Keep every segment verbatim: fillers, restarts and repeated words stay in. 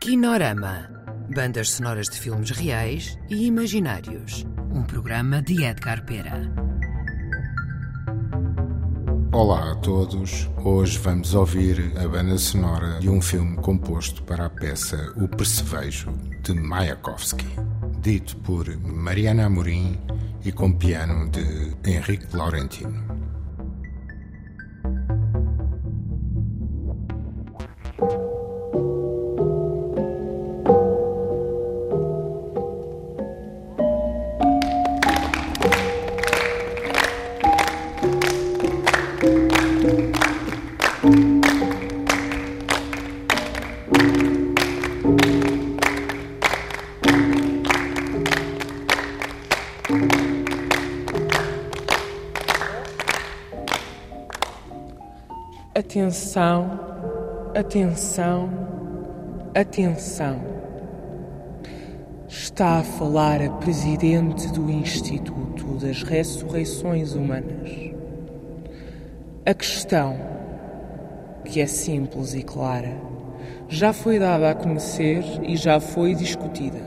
Kinorama. Bandas sonoras de filmes reais e imaginários. Um programa de Edgar Pera. Olá a todos. Hoje vamos ouvir a banda sonora de um filme composto para a peça O Percevejo, de Mayakovsky, dito por Mariana Amorim e com piano de Henrique Laurentino. Atenção, atenção, atenção. Está a falar a Presidente do Instituto das Ressurreições Humanas. A questão, que é simples e clara, já foi dada a conhecer e já foi discutida.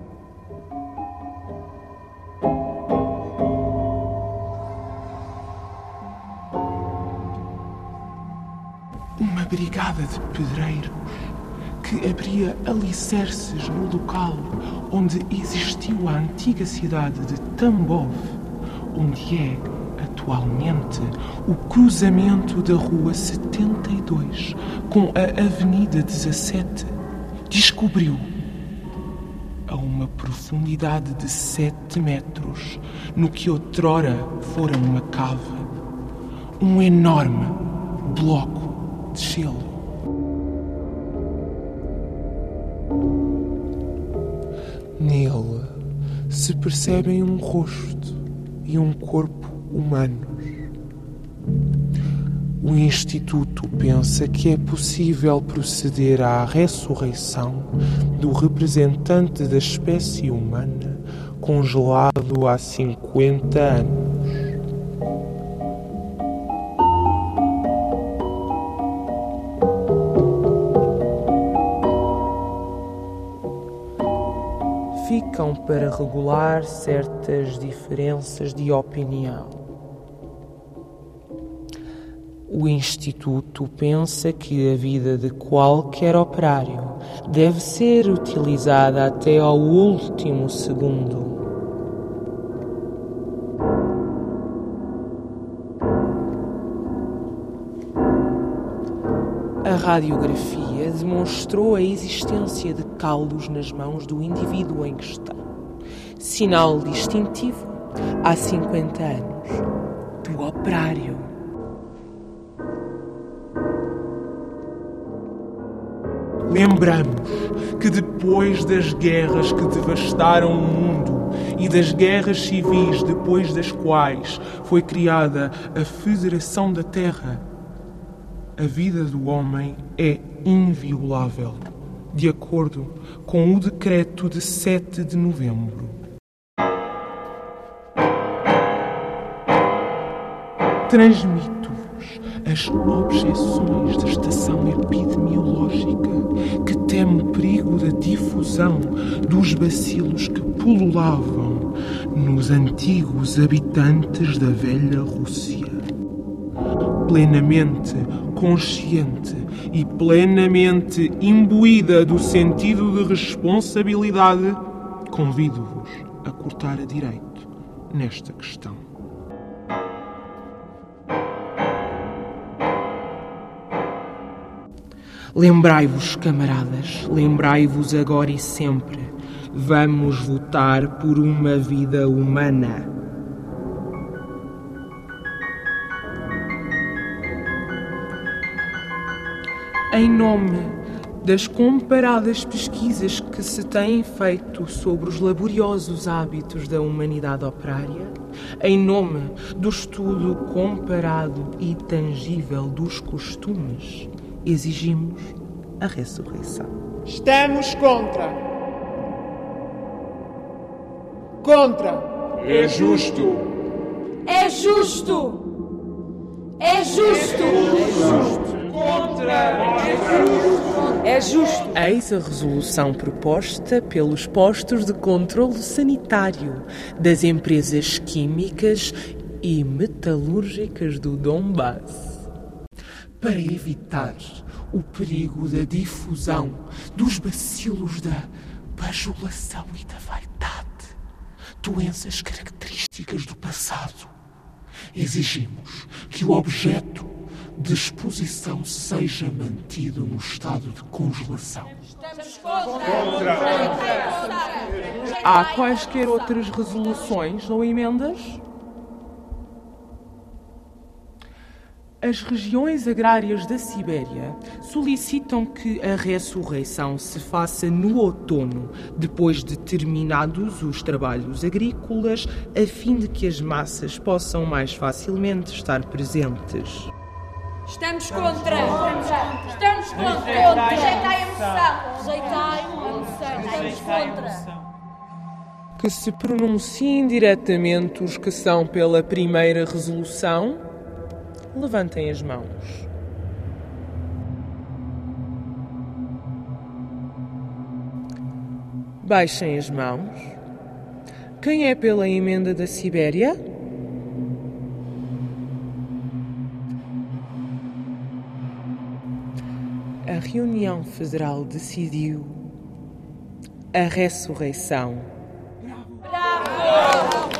Uma brigada de pedreiros que abria alicerces no local onde existiu a antiga cidade de Tambov, onde é atualmente o cruzamento da Rua setenta e dois com a Avenida dezassete, descobriu, a uma profundidade de sete metros, no que outrora fora uma cava, um enorme bloco de gelo. Nele se percebem um rosto e um corpo humanos. O Instituto pensa que é possível proceder à ressurreição do representante da espécie humana congelado há cinquenta anos. Ficam para regular certas diferenças de opinião. O Instituto pensa que a vida de qualquer operário deve ser utilizada até ao último segundo. A radiografia demonstrou a existência de calos nas mãos do indivíduo em questão, sinal distintivo há cinquenta anos do operário. Lembramos que depois das guerras que devastaram o mundo e das guerras civis depois das quais foi criada a Federação da Terra, a vida do homem é inviolável, de acordo com o decreto de sete de novembro. Transmito-vos as objeções da estação epidemiológica que teme o perigo da difusão dos bacilos que pululavam nos antigos habitantes da velha Rússia. Plenamente consciente e plenamente imbuída do sentido de responsabilidade, convido-vos a cortar a direito nesta questão. Lembrai-vos, camaradas, lembrai-vos agora e sempre, vamos votar por uma vida humana. Em nome das comparadas pesquisas que se têm feito sobre os laboriosos hábitos da humanidade operária, em nome do estudo comparado e tangível dos costumes, exigimos a ressurreição. Estamos contra. Contra. É justo. É justo. É justo. É justo. Contra! É justo! É justo. Eis a resolução proposta pelos postos de controlo sanitário das empresas químicas e metalúrgicas do Donbass, para evitar o perigo da difusão dos bacilos da bajulação e da vaidade, doenças características do passado. Exigimos que o objeto de exposição seja mantido no estado de congelação. Estamos contra. Há quaisquer outras resoluções ou emendas? As regiões agrárias da Sibéria solicitam que a ressurreição se faça no outono, depois de terminados os trabalhos agrícolas, a fim de que as massas possam mais facilmente estar presentes. Estamos contra. Estamos contra. Rejeitai a moção. Rejeitai a moção. Estamos contra. Que se pronunciem diretamente os que são pela primeira resolução. Levantem as mãos. Baixem as mãos. Quem é pela emenda da Sibéria? A reunião federal decidiu a ressurreição. Bravo!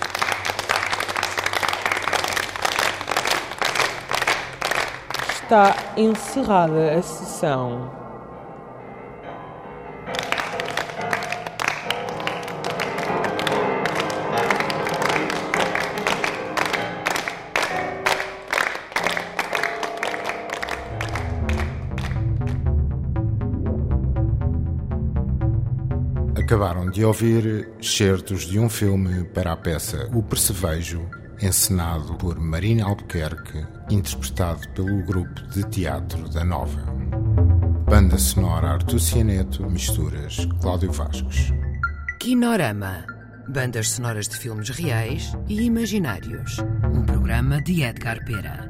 Está encerrada a sessão. Acabaram de ouvir excertos de um filme para a peça O Percevejo, encenado por Marina Albuquerque, interpretado pelo grupo de teatro da Nova. Banda sonora Artur Cianeto, misturas Cláudio Vascos. Kinorama. Bandas sonoras de filmes reais e imaginários. Um programa de Edgar Pera.